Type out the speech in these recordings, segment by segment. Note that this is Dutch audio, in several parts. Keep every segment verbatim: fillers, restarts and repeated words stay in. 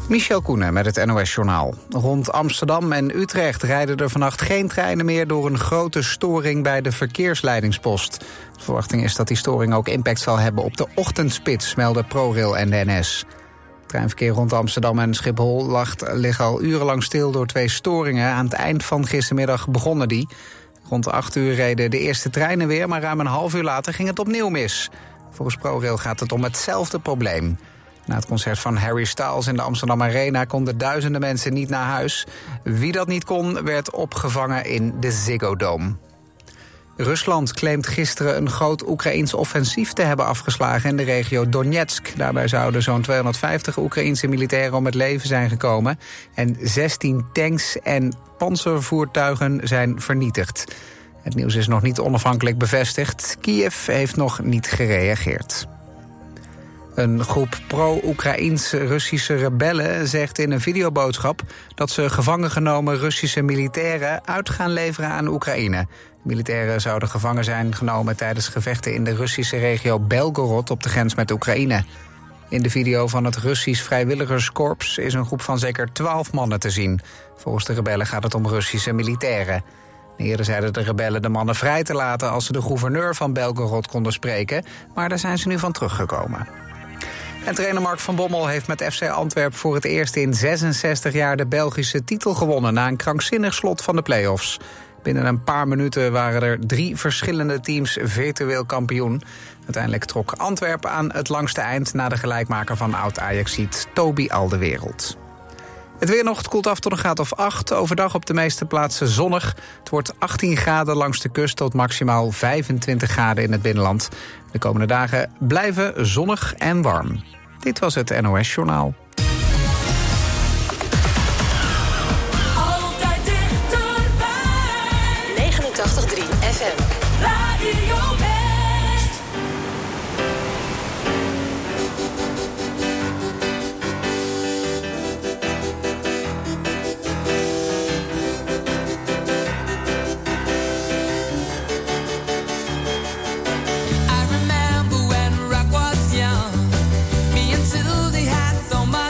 Michel Koenen met het N O S-journaal. Rond Amsterdam en Utrecht rijden er vannacht geen treinen meer door een grote storing bij de verkeersleidingspost. De verwachting is dat die storing ook impact zal hebben op de ochtendspits, melden ProRail en de N S. Het treinverkeer rond Amsterdam en Schiphol lag, ligt al urenlang stil door twee storingen. Aan het eind van gistermiddag begonnen die. Rond acht uur reden de eerste treinen weer, maar ruim een half uur later ging het opnieuw mis. Volgens ProRail gaat het om hetzelfde probleem. Na het concert van Harry Styles in de Amsterdam Arena konden duizenden mensen niet naar huis. Wie dat niet kon, werd opgevangen in de Ziggo Dome. Rusland claimt gisteren een groot Oekraïens offensief te hebben afgeslagen in de regio Donetsk. Daarbij zouden zo'n tweehonderdvijftig Oekraïense militairen om het leven zijn gekomen. En zestien tanks en pantservoertuigen zijn vernietigd. Het nieuws is nog niet onafhankelijk bevestigd. Kiev heeft nog niet gereageerd. Een groep pro-Oekraïense Russische rebellen zegt in een videoboodschap dat ze gevangen genomen Russische militairen uit gaan leveren aan Oekraïne. De militairen zouden gevangen zijn genomen tijdens gevechten in de Russische regio Belgorod op de grens met Oekraïne. In de video van het Russisch vrijwilligerskorps is een groep van zeker twaalf mannen te zien. Volgens de rebellen gaat het om Russische militairen. Eerder zeiden de rebellen de mannen vrij te laten als ze de gouverneur van Belgorod konden spreken, maar daar zijn ze nu van teruggekomen. En trainer Mark van Bommel heeft met F C Antwerpen voor het eerst in zesenzestig jaar de Belgische titel gewonnen na een krankzinnig slot van de play-offs. Binnen een paar minuten waren er drie verschillende teams virtueel kampioen. Uiteindelijk trok Antwerpen aan het langste eind na de gelijkmaker van oud-Ajaxiet Toby Alderweireld. Het weer nog, het koelt af tot een graad of acht. Overdag op de meeste plaatsen zonnig. Het wordt achttien graden langs de kust tot maximaal vijfentwintig graden in het binnenland. De komende dagen blijven zonnig en warm. Dit was het N O S-journaal. Altijd dichterbij. negenentachtig komma drie F M. Radio West. I remember when rock was young. Me and Susie had so much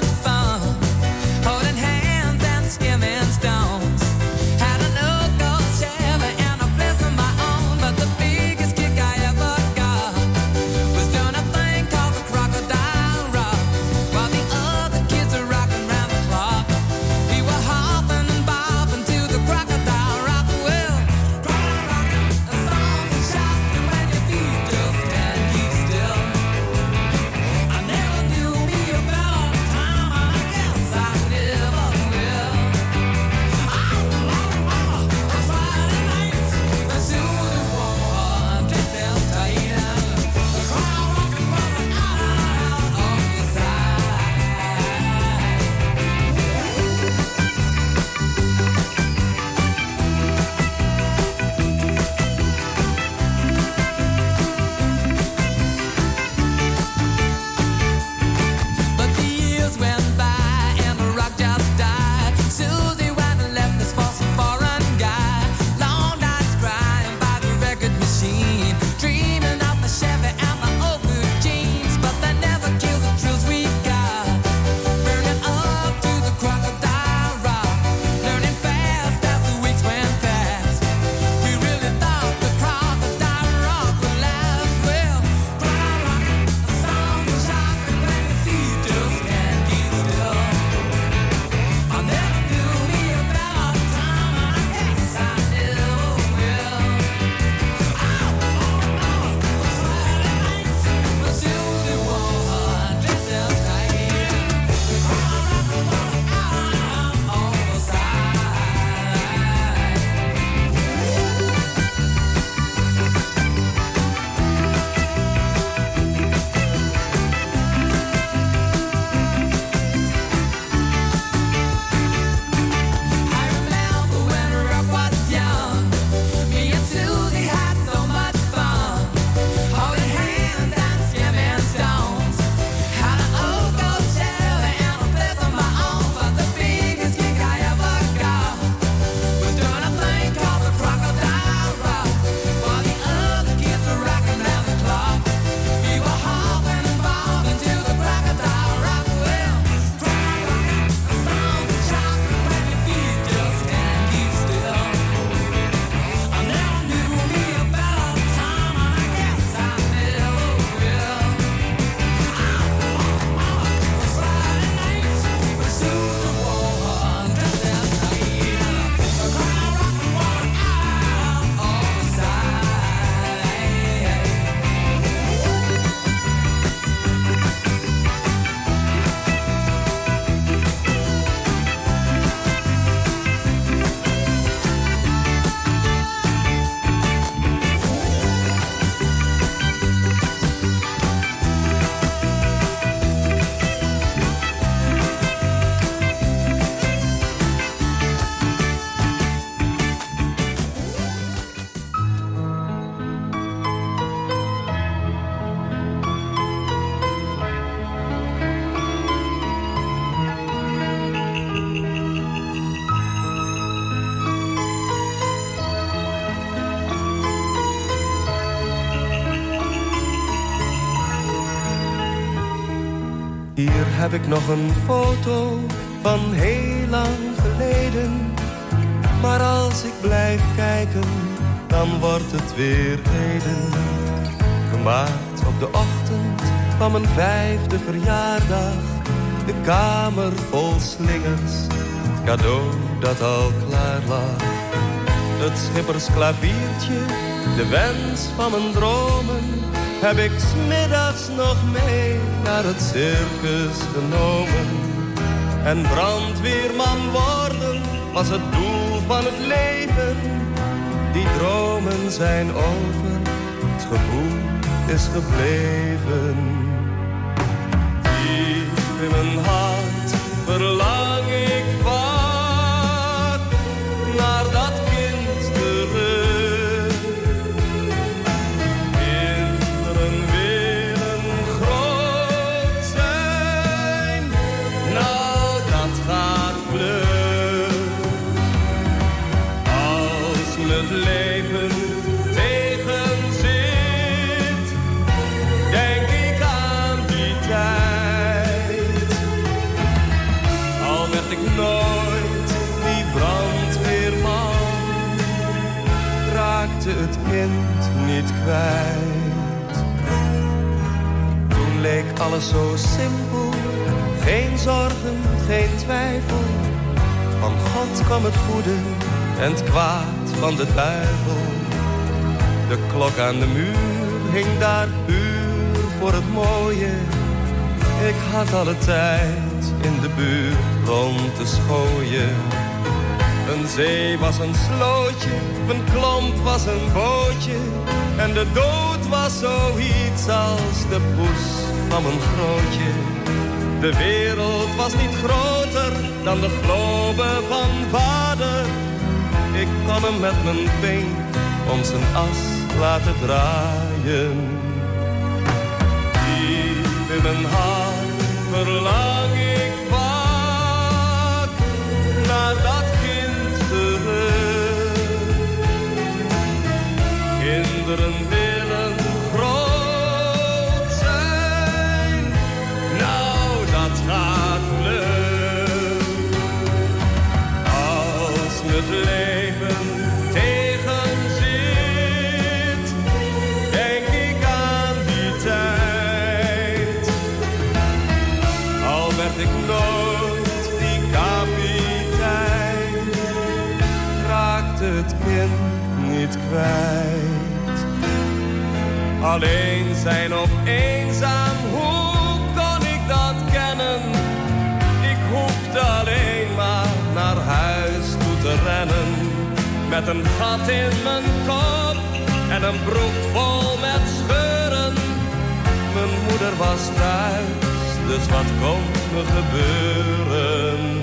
Hier heb ik nog een foto van heel lang geleden. Maar als ik blijf kijken, dan wordt het weer heden. Gemaakt op de ochtend van mijn vijfde verjaardag. De kamer vol slingers, cadeau dat al klaar lag. Het schippersklaviertje, de wens van mijn dromen, heb ik 's middags nog mee naar het circus genomen. En brandweerman worden was het doel van het leven. Die dromen zijn over, het gevoel is gebleven. Diep in mijn hart verlang ik vaak naar dat kind terug. Kinderen willen groot zijn, nou dat gaat vlug. Als me het leven tegenzit, denk ik aan die tijd. Al werd ik nooit die brandweerman, raakte het kind niet kwijt. Toen leek alles zo simpel, geen zorgen, geen twijfel. Van God kwam het goede en het kwaad van de duivel. De klok aan de muur hing daar puur voor het mooie. Ik had alle tijd in de buurt rond te schooien. Een zee was een slootje, een klomp was een bootje. En de dood was zoiets als de poes van mijn grootje. De wereld was niet groter dan de globe van vader. Ik kon hem met mijn pink om zijn as laten draaien. Diep in mijn hart verlang ik vaak naar dat kind terug. Kinderen willen groot zijn, nou dat gaat vlug. Als me het leven tegenzit, denk ik aan die tijd. Al werd ik nooit die kapitein, raakte het kind niet kwijt. Alleen zijn of eenzaam, hoe kon ik dat kennen? Ik hoefde alleen maar naar huis toe te rennen. Met een gat in mijn kop en een broek vol met scheuren. Mijn moeder was thuis, dus wat kon me gebeuren?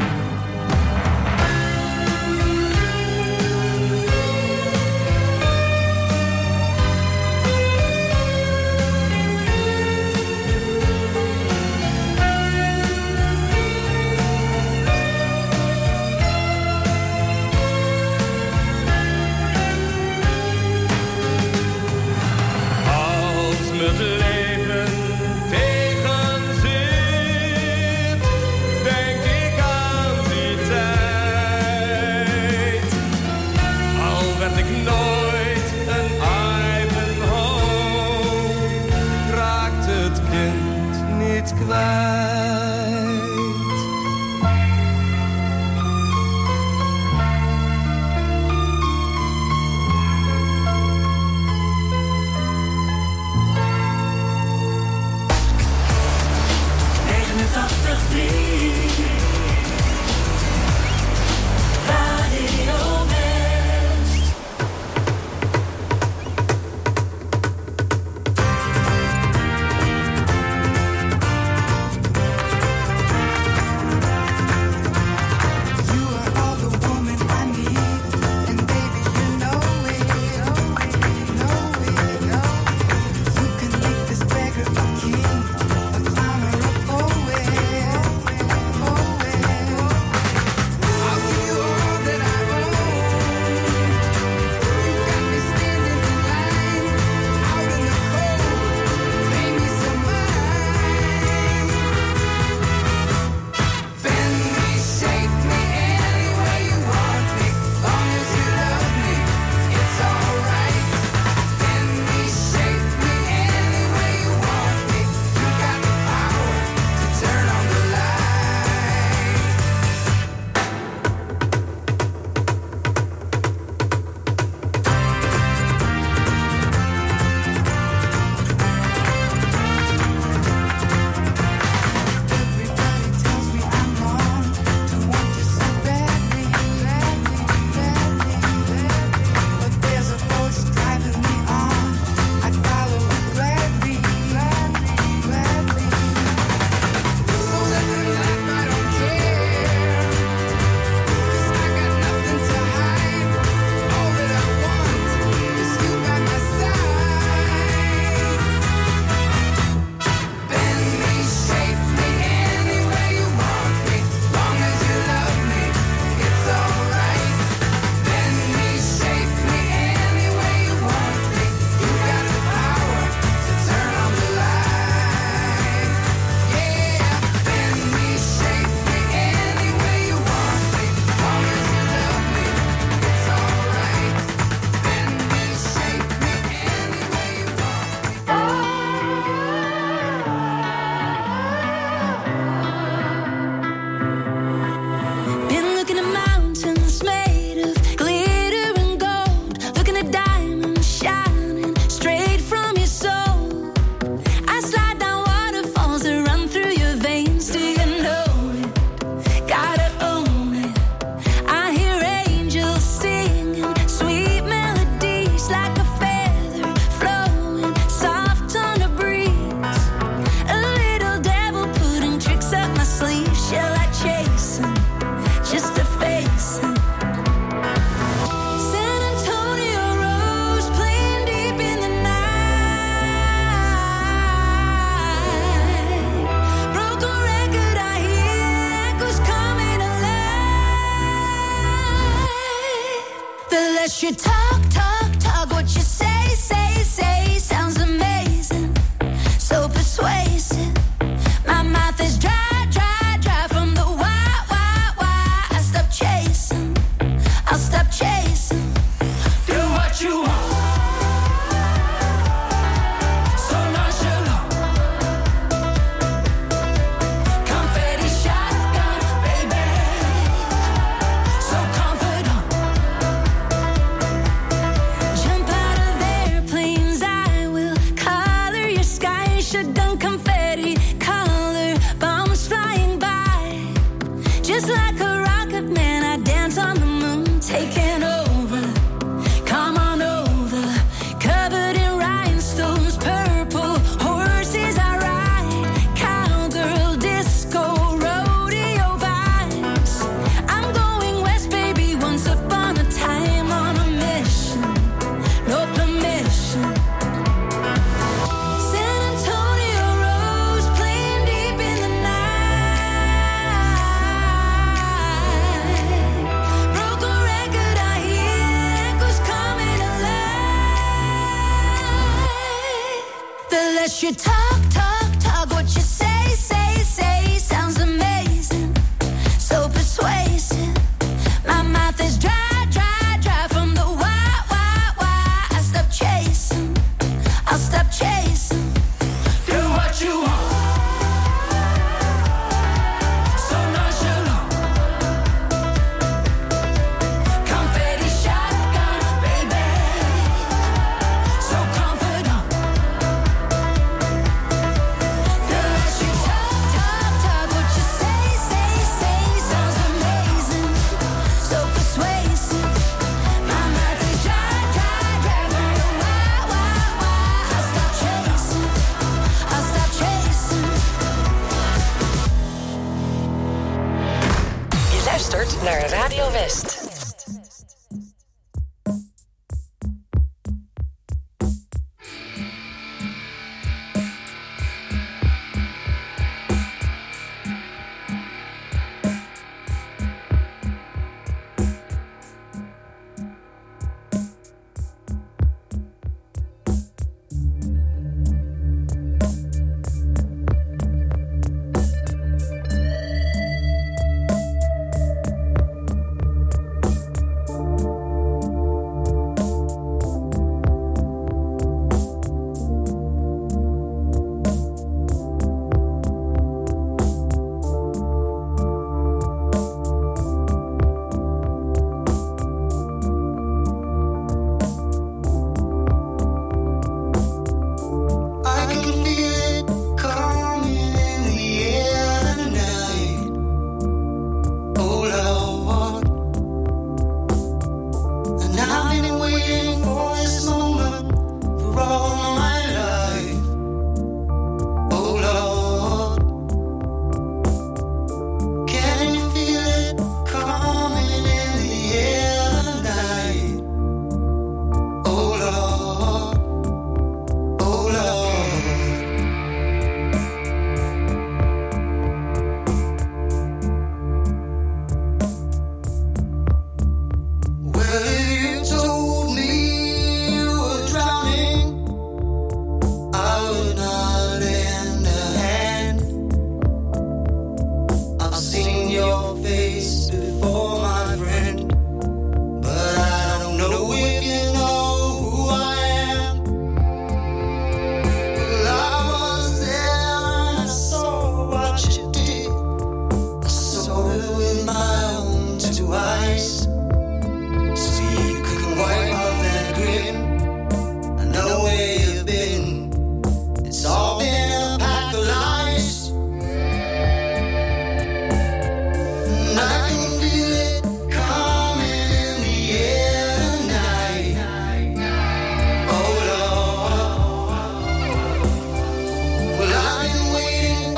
Het leven tegenzit, denk ik aan die tijd. Al werd ik nooit een Ivanhoe, raakte het kind niet kwijt. Away. you talk, talk, talk. What you say, say, say sounds amazing, so persuasive. My mouth is dry, dry, dry from the why, why, why. I stop chasing, I'll stop chasing. Do what you want. You talk, talk, talk. What you say, say, say sounds amazing, so persuasive. My mouth is dry, dry, dry from the why, why, why. I stop chasing, I'll stop chasing. Do what you want. So nonchalant. Confetti shotgun, baby. So confident. Naar Radio West.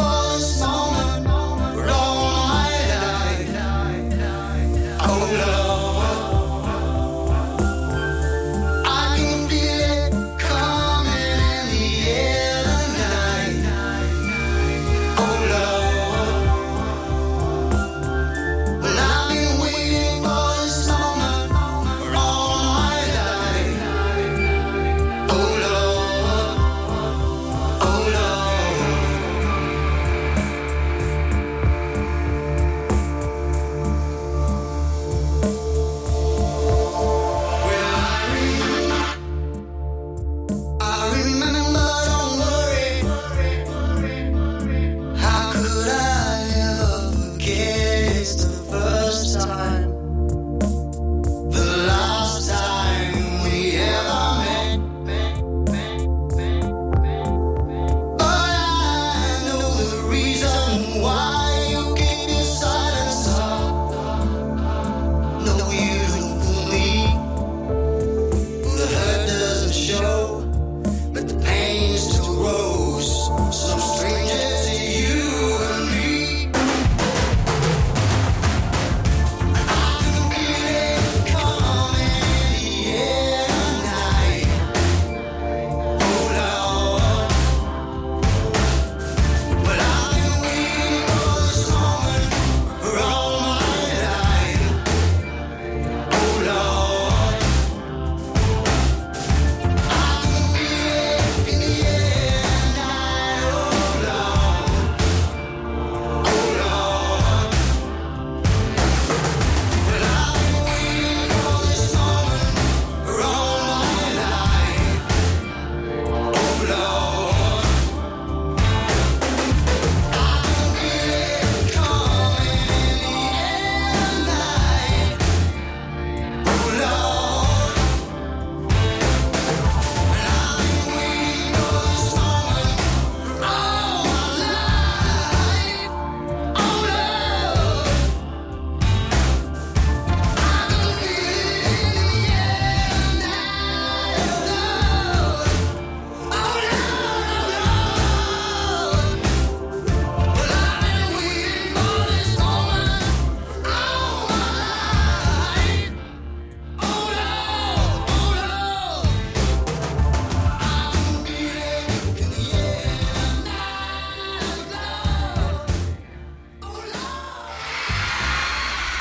Oh, love.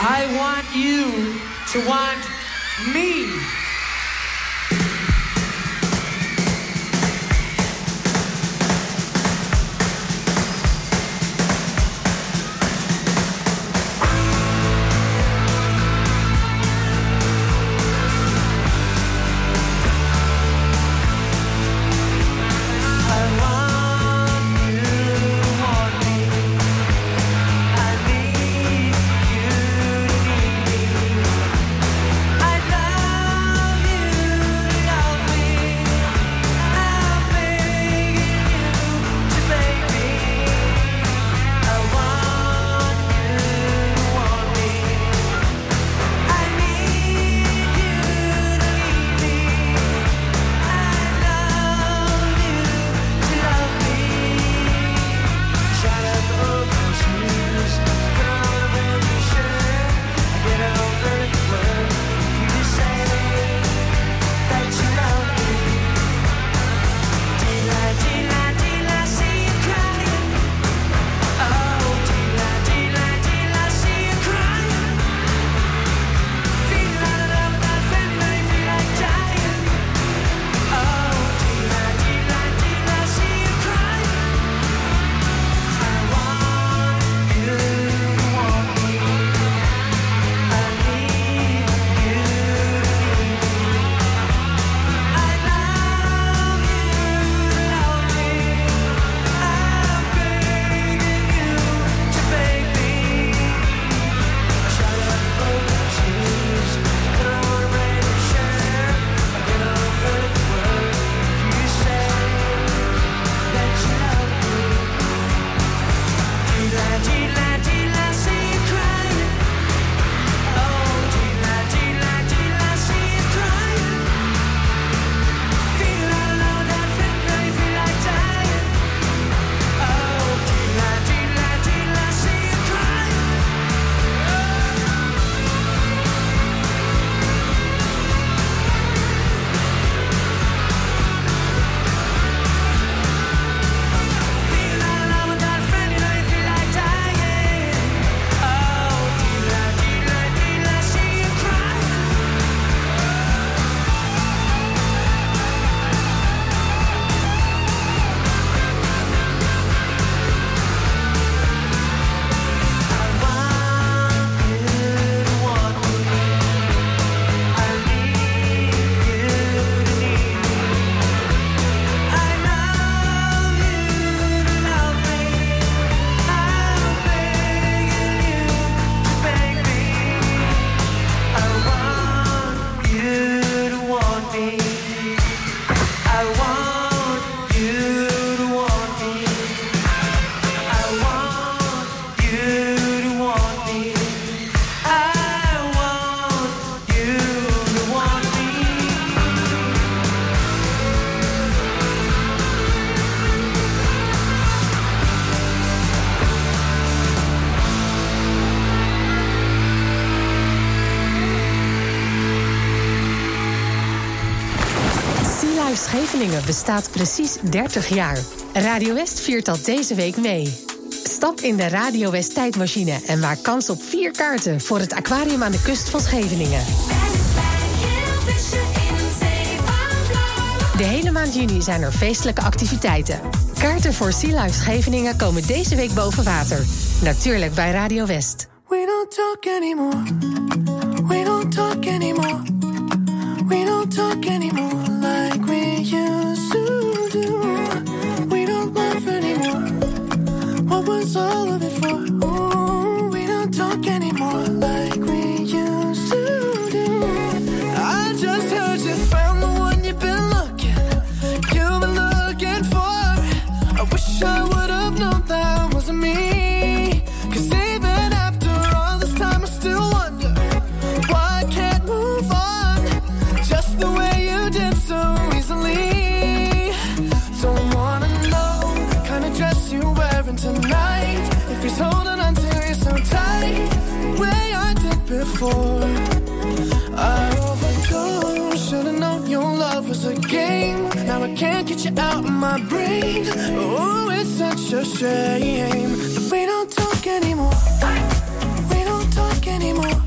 I want you to want me. Scheveningen bestaat precies dertig jaar. Radio West viert dat deze week mee. Stap in de Radio West tijdmachine en maak kans op vier kaarten voor het aquarium aan de kust van Scheveningen. De hele maand juni zijn er feestelijke activiteiten. Kaarten voor Sea Life Scheveningen komen deze week boven water. Natuurlijk bij Radio West. We don't talk anymore. We don't talk anymore. We don't talk anymore like we used to do. We don't laugh anymore. What was all of it for? Ooh, we don't talk anymore like we used to do. I just heard you found the one you've been looking, you've been looking for. I wish I would have known that wasn't me. Cause even after all this time I still wonder why I can't move on just the way you did so easily. Don't wanna know the kind of dress you're wearing tonight, if he's holding on to you so tight, the way I did before. I overdosed, should've known your love was a game. Now I can't get you out of my brain. Oh, it's such a shame that we don't talk anymore. We don't talk anymore.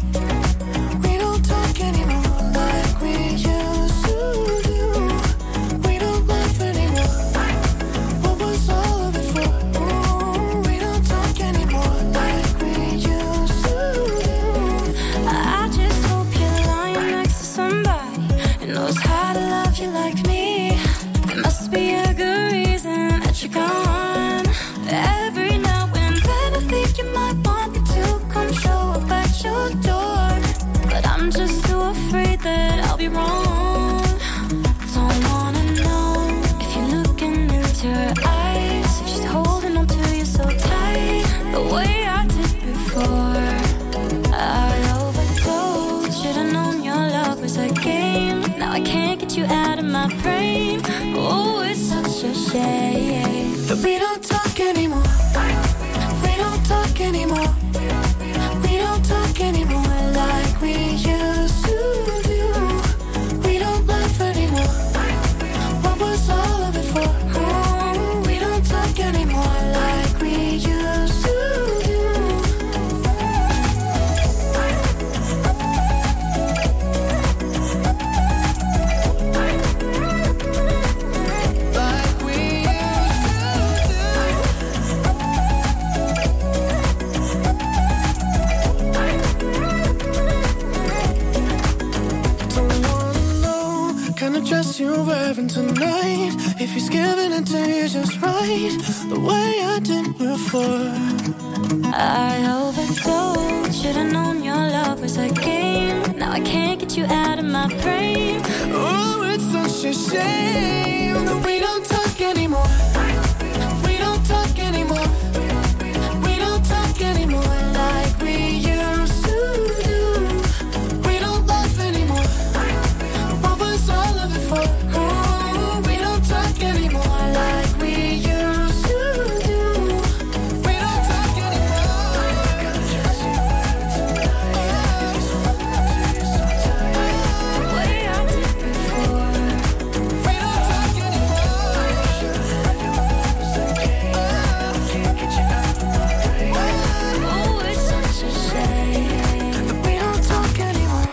clothes you're wearing tonight. If he's giving it to you just right, the way I did before. I overdosed. Should've known your love was a game. Now I can't get you out of my brain. Oh, it's such a shame that we don't talk anymore. We don't talk anymore. We don't talk anymore like we used to do. We don't love anymore. What was all of it for? Oh, we don't talk anymore like we used to do. We don't talk anymore. The way I did before. We don't talk anymore. Can't get you out of my brain. Oh, it's such a shame. We don't talk anymore.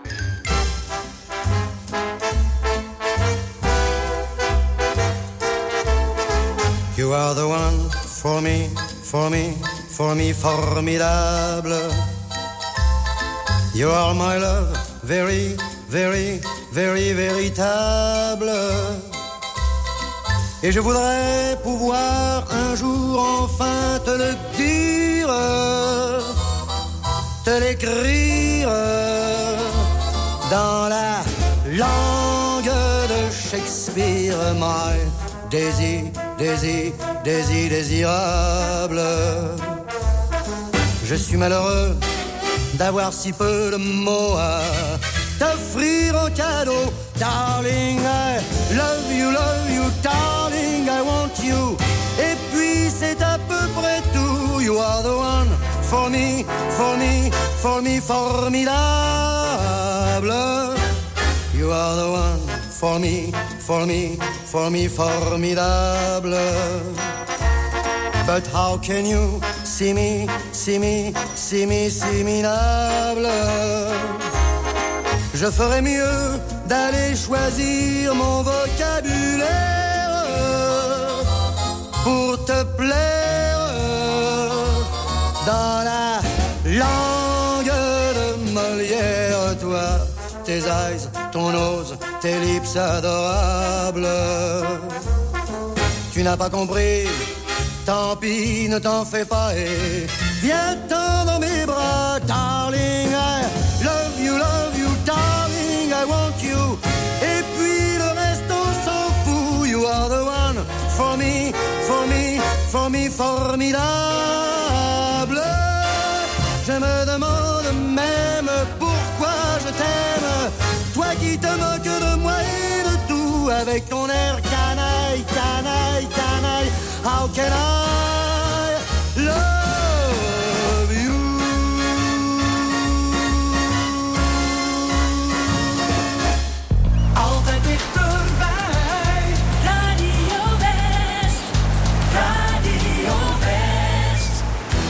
You are the one for me, for me, for me, formidable. You are my love, very, very, very, véritable. Et je voudrais pouvoir un jour enfin te le dire, te l'écrire dans la langue de Shakespeare. My désir, désir, désir, désirable. Je suis malheureux d'avoir si peu de mots à t'offrir en cadeau. Darling, I love you, love you, darling, I want you. Et puis c'est à peu près tout. You are the one for me, for me, for me, formidable. You are the one for me, for me, for me, formidable. But how can you see me, see me, see me, see me, minable? Je ferais mieux d'aller choisir mon vocabulaire pour te plaire dans la langue de Molière. Toi, tes eyes, ton nose, tes lips adorables. Tu n'as pas compris, tant pis, ne t'en fais pas et viens-t'en dans mes bras. Darling, I love you, love you, darling, I want you. Et puis le reste on s'en fout. You are the one for me, for me, for me, formidable. Je me demande même pourquoi je t'aime. Toi qui te moques de moi et de tout, avec ton air canaille, canaille, canaille. How can I love you? Altijd dichterbij. Radio West, Radio West.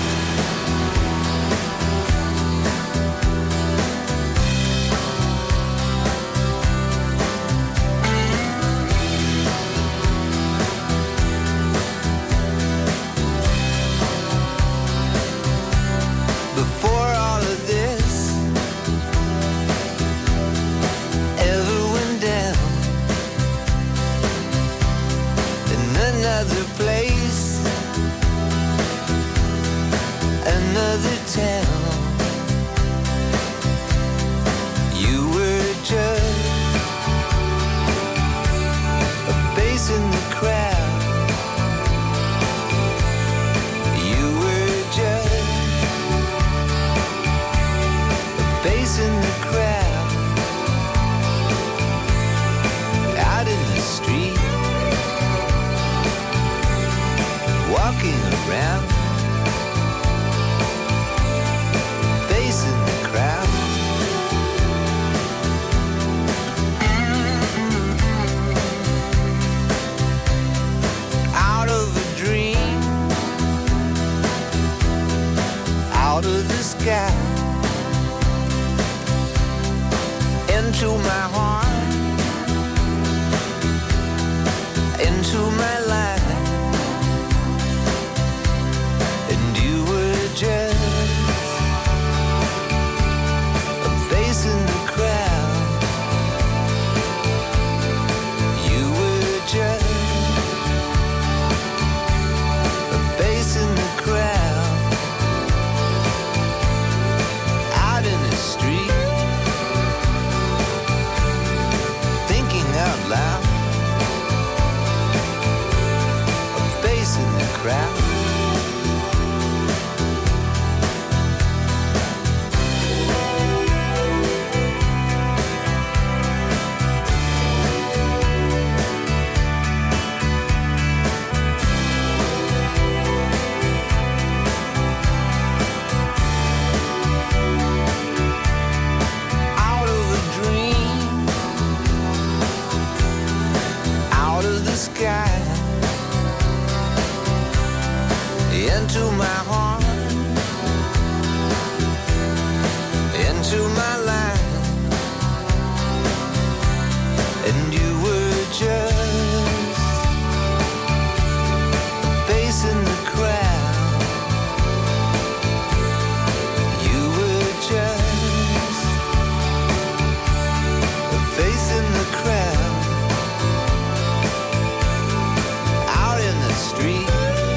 Before all of this ever went down in another place, another town, you were just a face in the crowd. You were just face in the crowd, out in the street, walking around, face in the crowd. Out of a dream, out of the sky, into my heart, into my life, and you were just a face in the crowd, into my line, and you were just a face in the crowd. You were just a face in the crowd. Out in the street,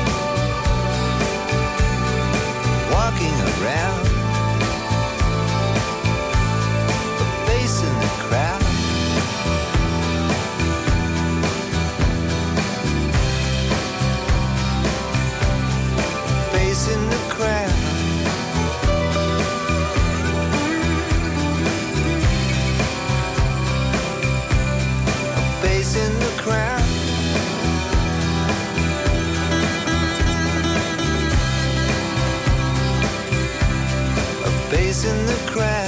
walking around, a face in the crowd. Face in the crowd. A face in the crowd. Face in the crowd.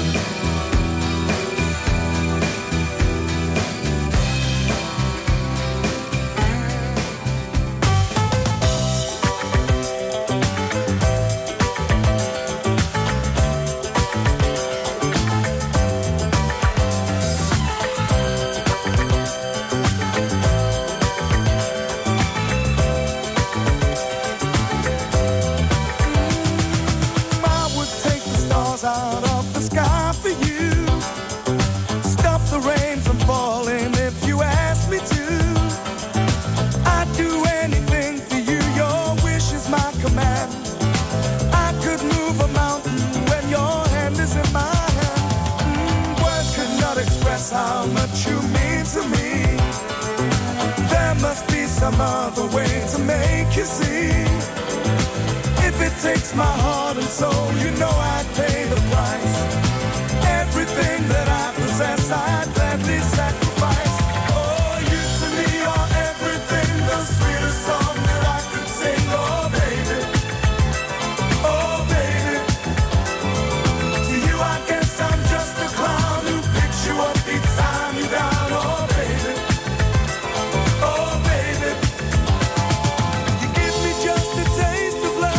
Out of the sky for you, stop the rain from falling if you ask me to. I'd do anything for you, your wish is my command. I could move a mountain when your hand is in my hand. Mm, words could not express how much you mean to me. There must be some other way to make you see. If it takes my heart and soul, you know I'd pay the price. Everything that I possess, I'd gladly sacrifice. Oh, you to me are everything, the sweetest song that I could sing. Oh, baby, oh, baby. To you, I guess I'm just a clown who picks you up each time you down. Oh, baby, oh, baby. You give me just a taste of love.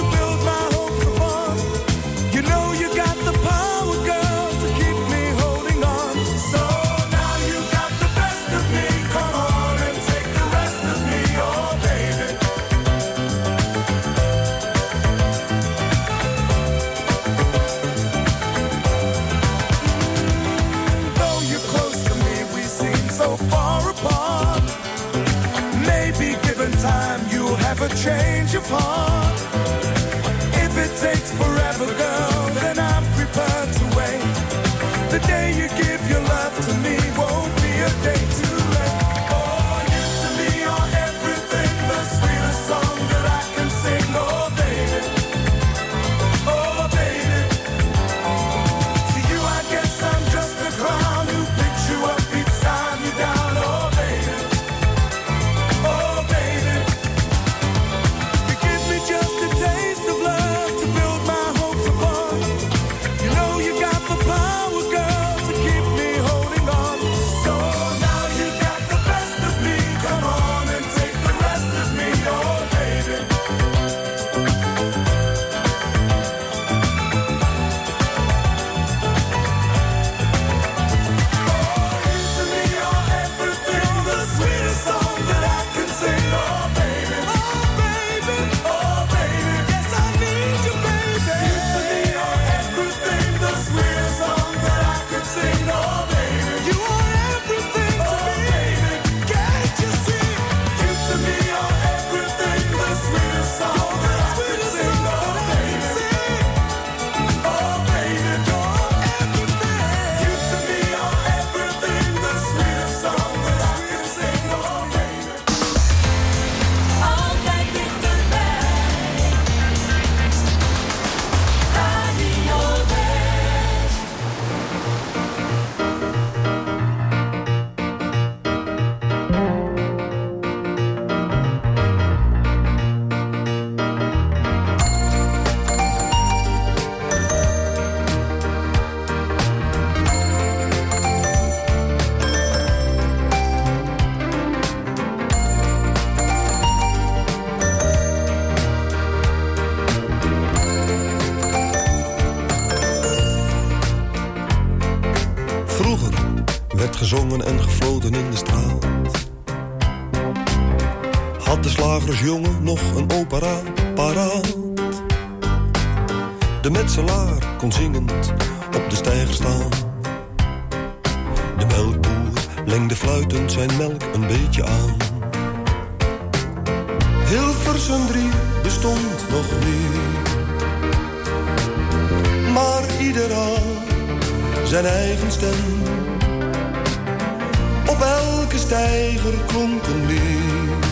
Time you'll have a change of heart. If it takes forever, girl, then I'm prepared to wait. The day you give your love to me won't be a day too late. Oh, you to me are everything, the sweetest song that I can sing. Oh, baby, oh, baby. To you, I guess I'm just a clown who picks you up each time you're down. Oh, baby, oh, baby. Just a taste of love to build my hopes upon. werd gezongen en gefloten in de straat. Had de slagersjongen nog een opera paraat. De metselaar kon zingend op de steiger staan. De melkboer lengde fluitend zijn melk een beetje aan. Hilversum drie bestond nog niet, maar ieder had zijn eigen stem. Op elke steiger klonk een lied,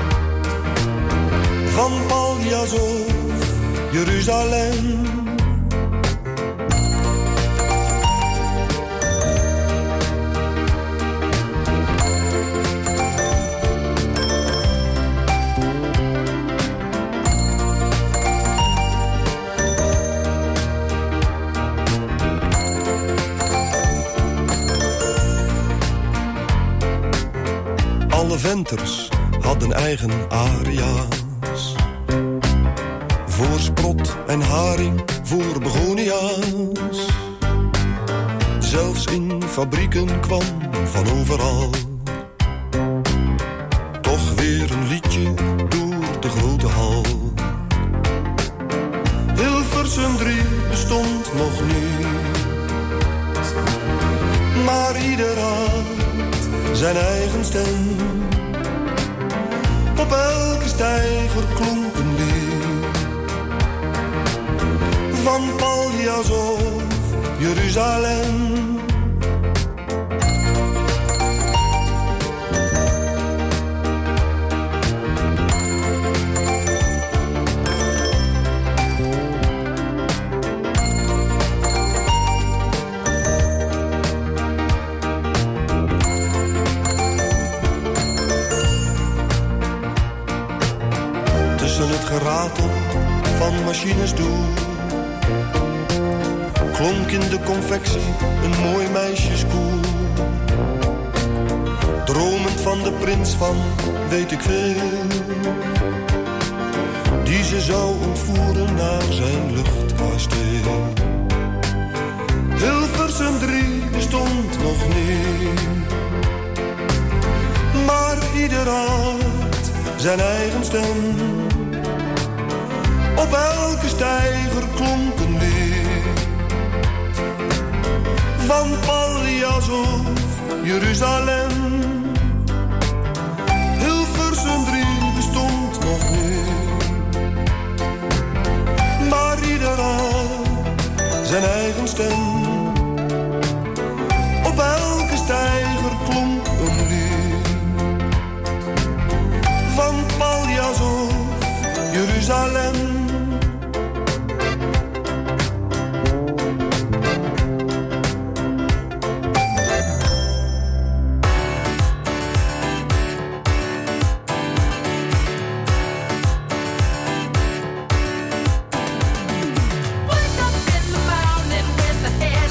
van Paljas of Jeruzalem. Alle venters hadden eigen aria's, voor sprot en haring, voor begonia's. Zelfs in fabrieken kwam van overal toch weer een liedje door de grote hal. Hilversum drie bestond nog niet, maar ieder had zijn eigen stem. Op elke steiger klonk een lied, van Paljas of Jeruzalem. Geratel van machines door klonk in de confectie een mooi meisjeskoor. Dromend van de prins van weet ik veel, die ze zou ontvoeren naar zijn luchtkasteel. Hilversum drie bestond nog niet, maar ieder had zijn eigen stem. Op elke steiger klonk een lied, van Paljas of Jeruzalem. Hilversum drie bestond nog niet, maar ieder had zijn eigen stem. Op elke steiger klonk een lied, van Paljas of Jeruzalem. Wake up in the morning with the head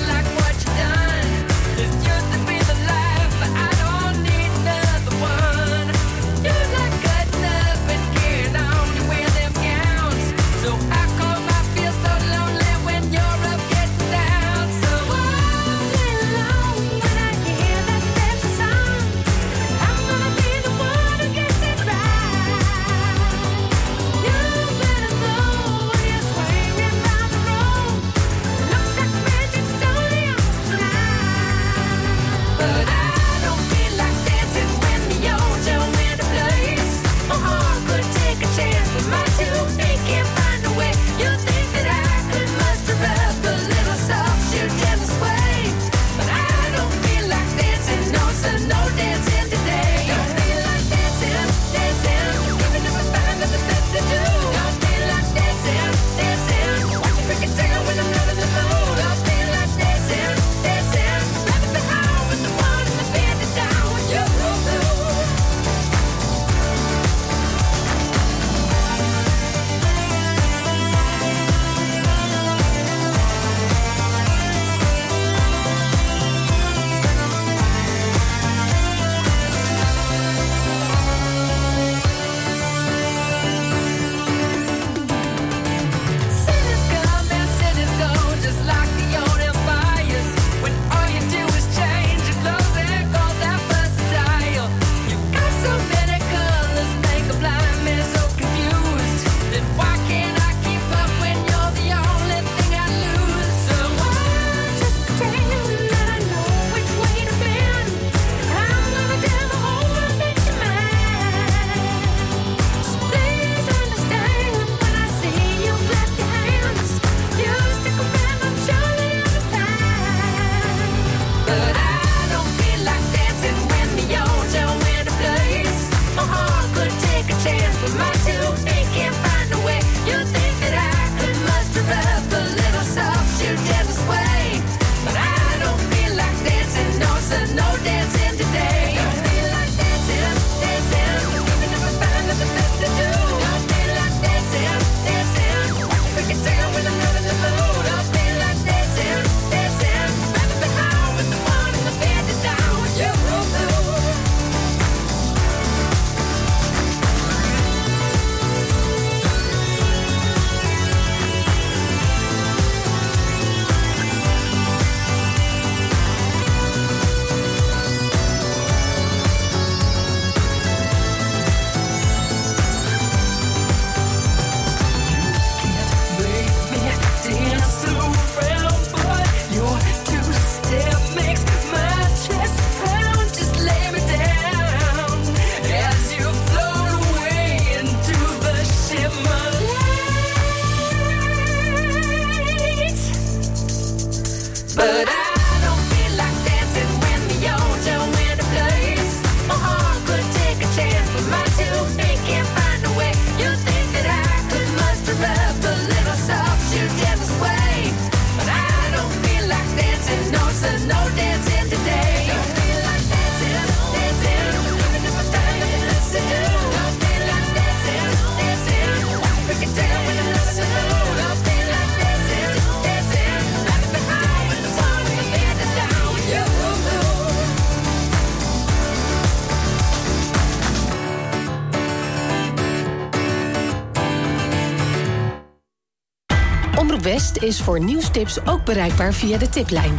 West is voor nieuwstips ook bereikbaar via de tiplijn.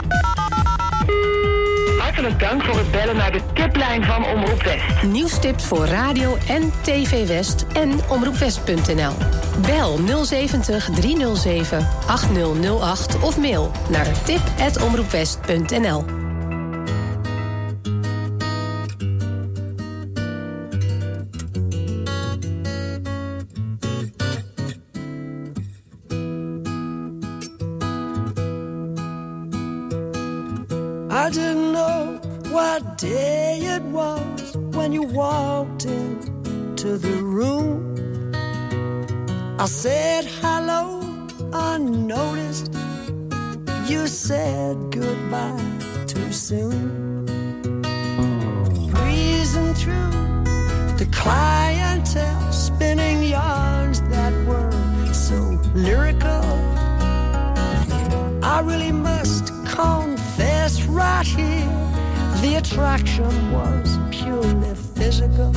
Hartelijk dank voor het bellen naar de tiplijn van Omroep West. Nieuwstips voor radio en tv West en omroepwest punt n l. Bel nul zeventig driehonderdzeven achtzig acht of mail naar tip at omroepwest punt n l. I didn't know what day it was when you walked into the room. I said hello unnoticed. You said goodbye too soon. Breezing through the clientele, spinning yarns that were so lyrical. I really must confess right here, the attraction was purely physical.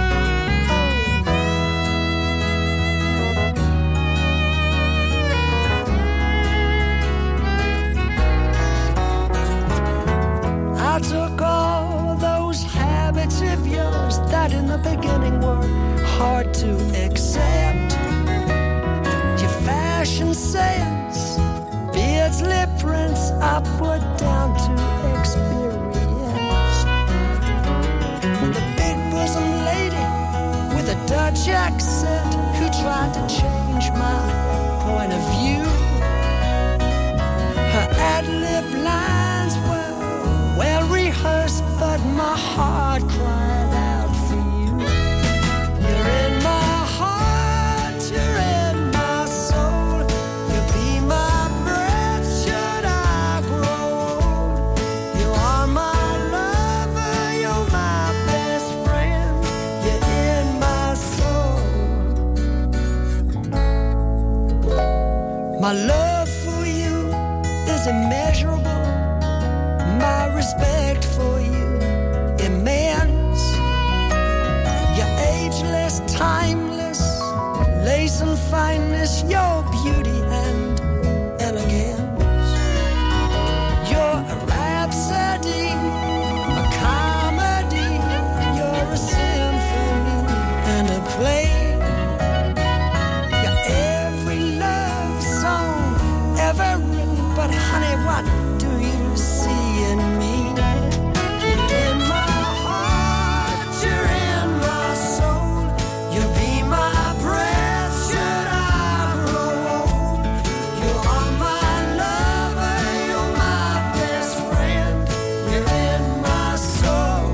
I took all those habits of yours that in the beginning were hard to accept. Your fashion sense, beards, lip prints, I put down to experience. The big bosom lady with a Dutch accent who tried to change my point of view. Her ad-lib lines were well rehearsed, but my heart cried out for you. You're in my heart, you're in my soul. You'll be my breath should I grow old. You are my lover, you're my best friend. You're in my soul. My love for you is immeasurable. My respect for you immense. You're ageless, timeless, lace and fineness, your beauty and elegance. You're a rhapsody, a comedy, you're a symphony and a play. You're every love song ever written, but honey, what do you see in me? You're in my heart, you're in my soul. You'll be my breath should I grow old. You are my lover, you're my best friend. You're in my soul.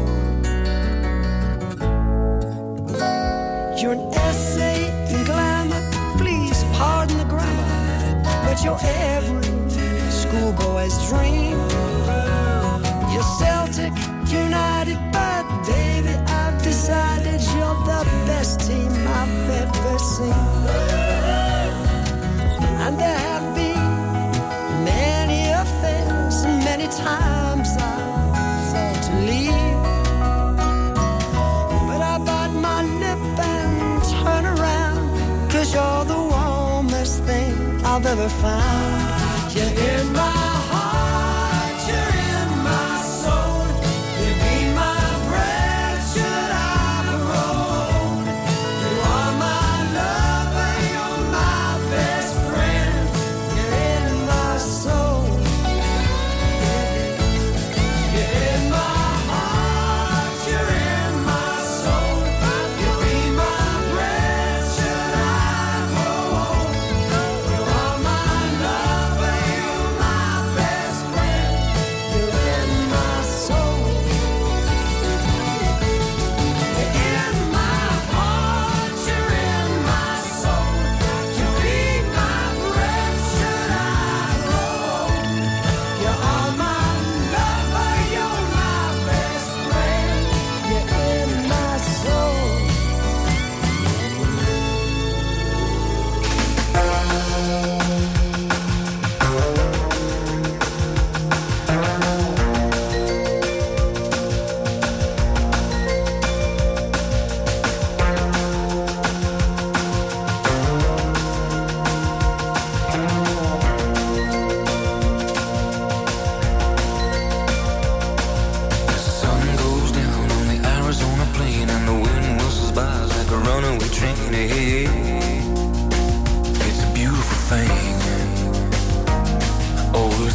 You're an essay in glamour, please pardon the grammar, but you're every schoolboy's dream. You're Celtic United, but baby, I've decided you're the best team I've ever seen. And there have been many affairs, and many times I've thought to leave. But I bite my lip and turn around, 'cause you're the warmest thing I've ever found. You're in my heart, you're in my soul. You'll be my breath should I grow old. You are my lover, you're my best friend. You're in my soul. You're in my heart, you're in my soul. You'll be my breath should I grow old. You are my love.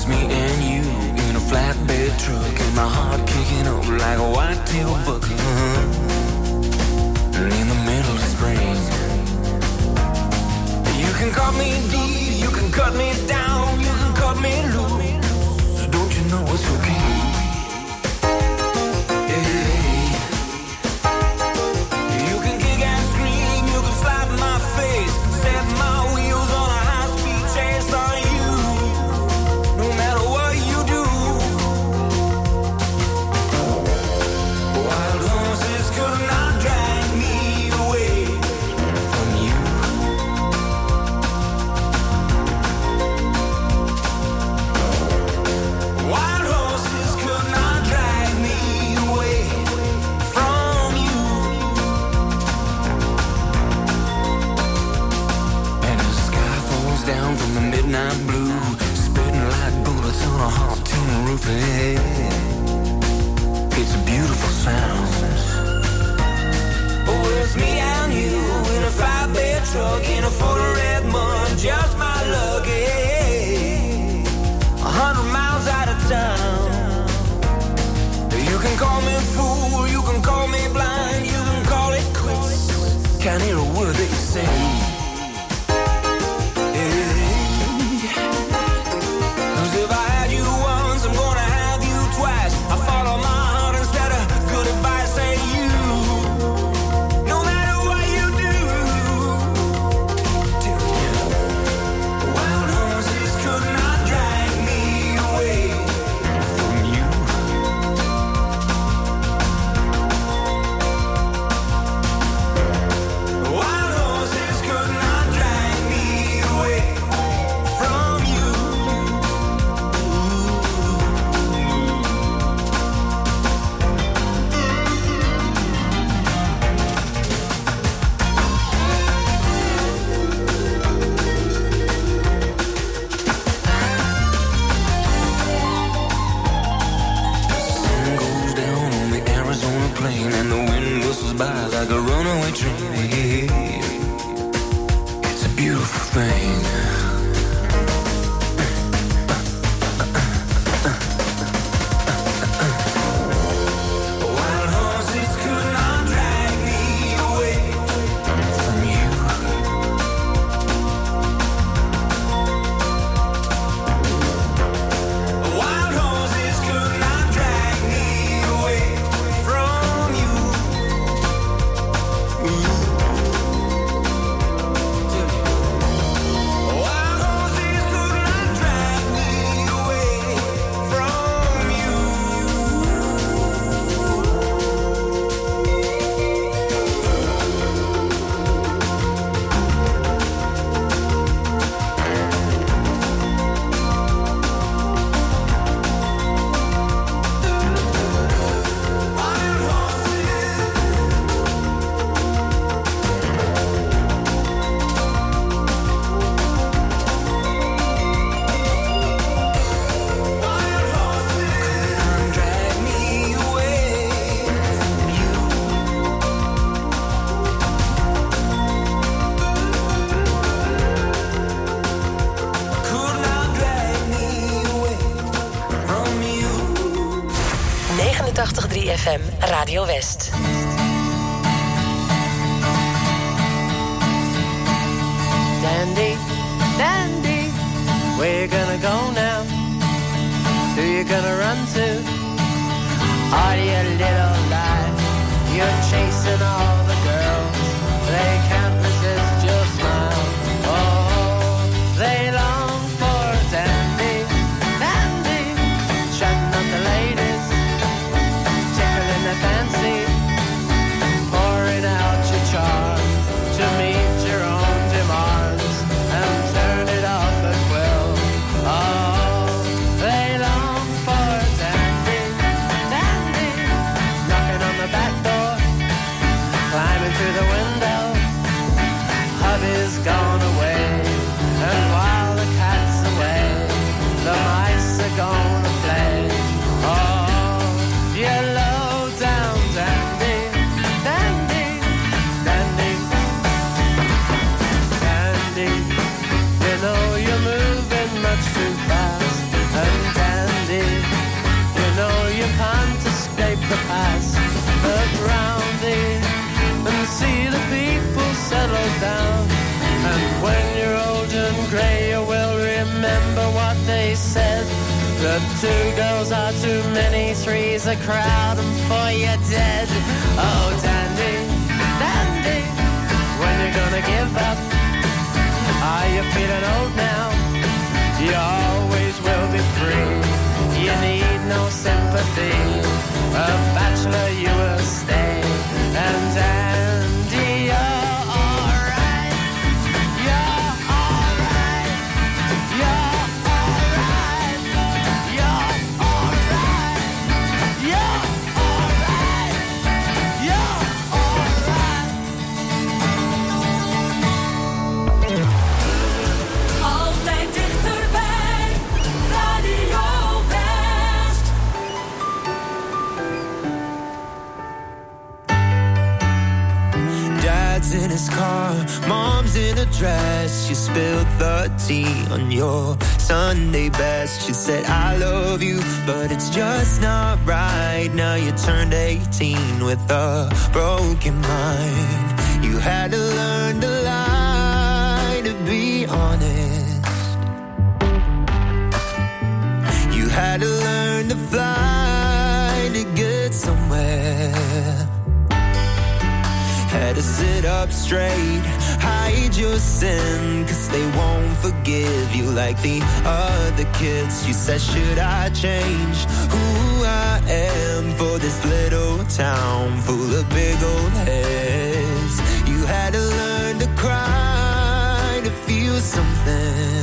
me and you in a flatbed truck, and my heart kicking up like a white-tail buck. And in the middle of spring, you can cut me deep, you can cut me down, you can cut me loose. Don't you know it's okay? Hey. You can kick and scream, you can slap my face, set my wheels on a high-speed chase on you. No matter what you do, wild horses could not drag me away from you. Wild horses could not drag me away from you. And the sky falls down from the midnight blue, spitting like bullets on a hot tin roof. Hey, it's a beautiful sound. Oh, it's me and you in a five-bed truck in a full of red mud, just my luck. Hey, a hundred miles out of town. You can call me fool, you can call me blind, you can call it quits. Can't hear a word that you say. Hey, 'cause if I had you once, I'm gonna have you twice. I follow my heart instead of good advice. Say you, no matter what you do, wild horses could not drag me away from you. Wild horses could not drag me away from you. Sun goes down on the Arizona plain, and the wind whistles by like a runaway train. It's a beautiful thing. Wild horses could not drag me away from you. Wild horses could not drag me away from you. Wild horses could not drag me away from you. Wild horses drag me away from you. Could not drag me away from you. negenentachtig komma drie F M, Radio West. Dandy, Dandy, where you gonna go now? Who you gonna run to? Are you little lie? You're chasing all the girls. They can't resist your smile. Oh, they long for Dandy, Dandy, shutting up the ladies, tickling their fancy, pouring out your charm to meet your own demands and turn it off at will. Oh, they long for Dandy, Dandy, knocking on the back door, climbing through the window, what they said. The two girls are too many, three's a crowd, and four you're dead. Oh, dandy, dandy, when you gonna give up? Are you feeling old now? You always will be free. You need no sympathy. A bachelor you will stay. And dandy, you're alright. You're alright. You're alright. You're alright. You're alright. You're alright. Altijd dichterbij, Radio West. Dad's in his car, mom's in a dress. She spilled the tea on your Sunday best. She said, I love you, but it's just not right. Now you turned eighteen with a broken mind. You had to learn to lie, to be honest. You had to learn to fly, to get somewhere. Had to sit up straight, hide your sin, cause they won't forgive you like the other kids. You said, should I change who I am for this little town full of big old heads? You had to learn to cry, to feel something.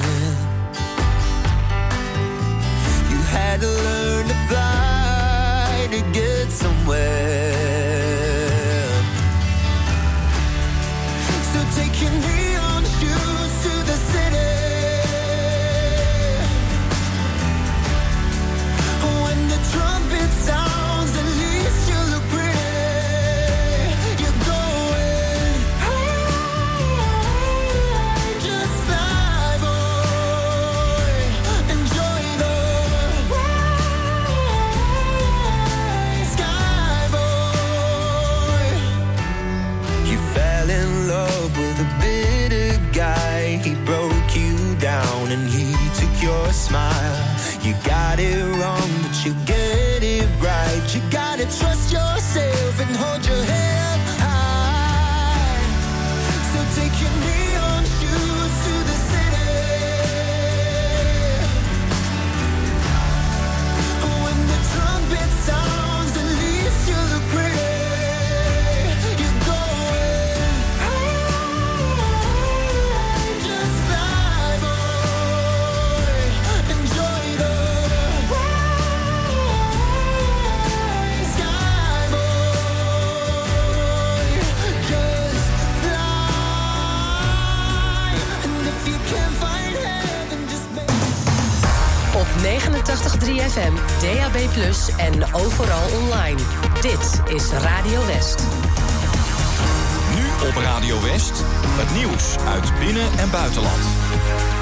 You had to learn to fly, to get somewhere. Take your neon shoes to the city. When the trumpet sounds, at least you look pretty. You're going high, just fly, boy. Enjoy the ride, sky, boy. You fell in love with a bitter guy. He broke you down and he took your smile. You got it wrong, but you get it right. You gotta trust yourself and hold your head high. So take your neon shoes to the city. When the trumpet sounds, at least you look pretty. You're going just fly, boy. Enjoy the ride, sky, boy. Just fly. And if you can't find heaven, just make Op negenentachtig komma drie F M, D A B plus, en overal online. Dit is Radio West. Nu op Radio West, het nieuws uit binnen- en buitenland.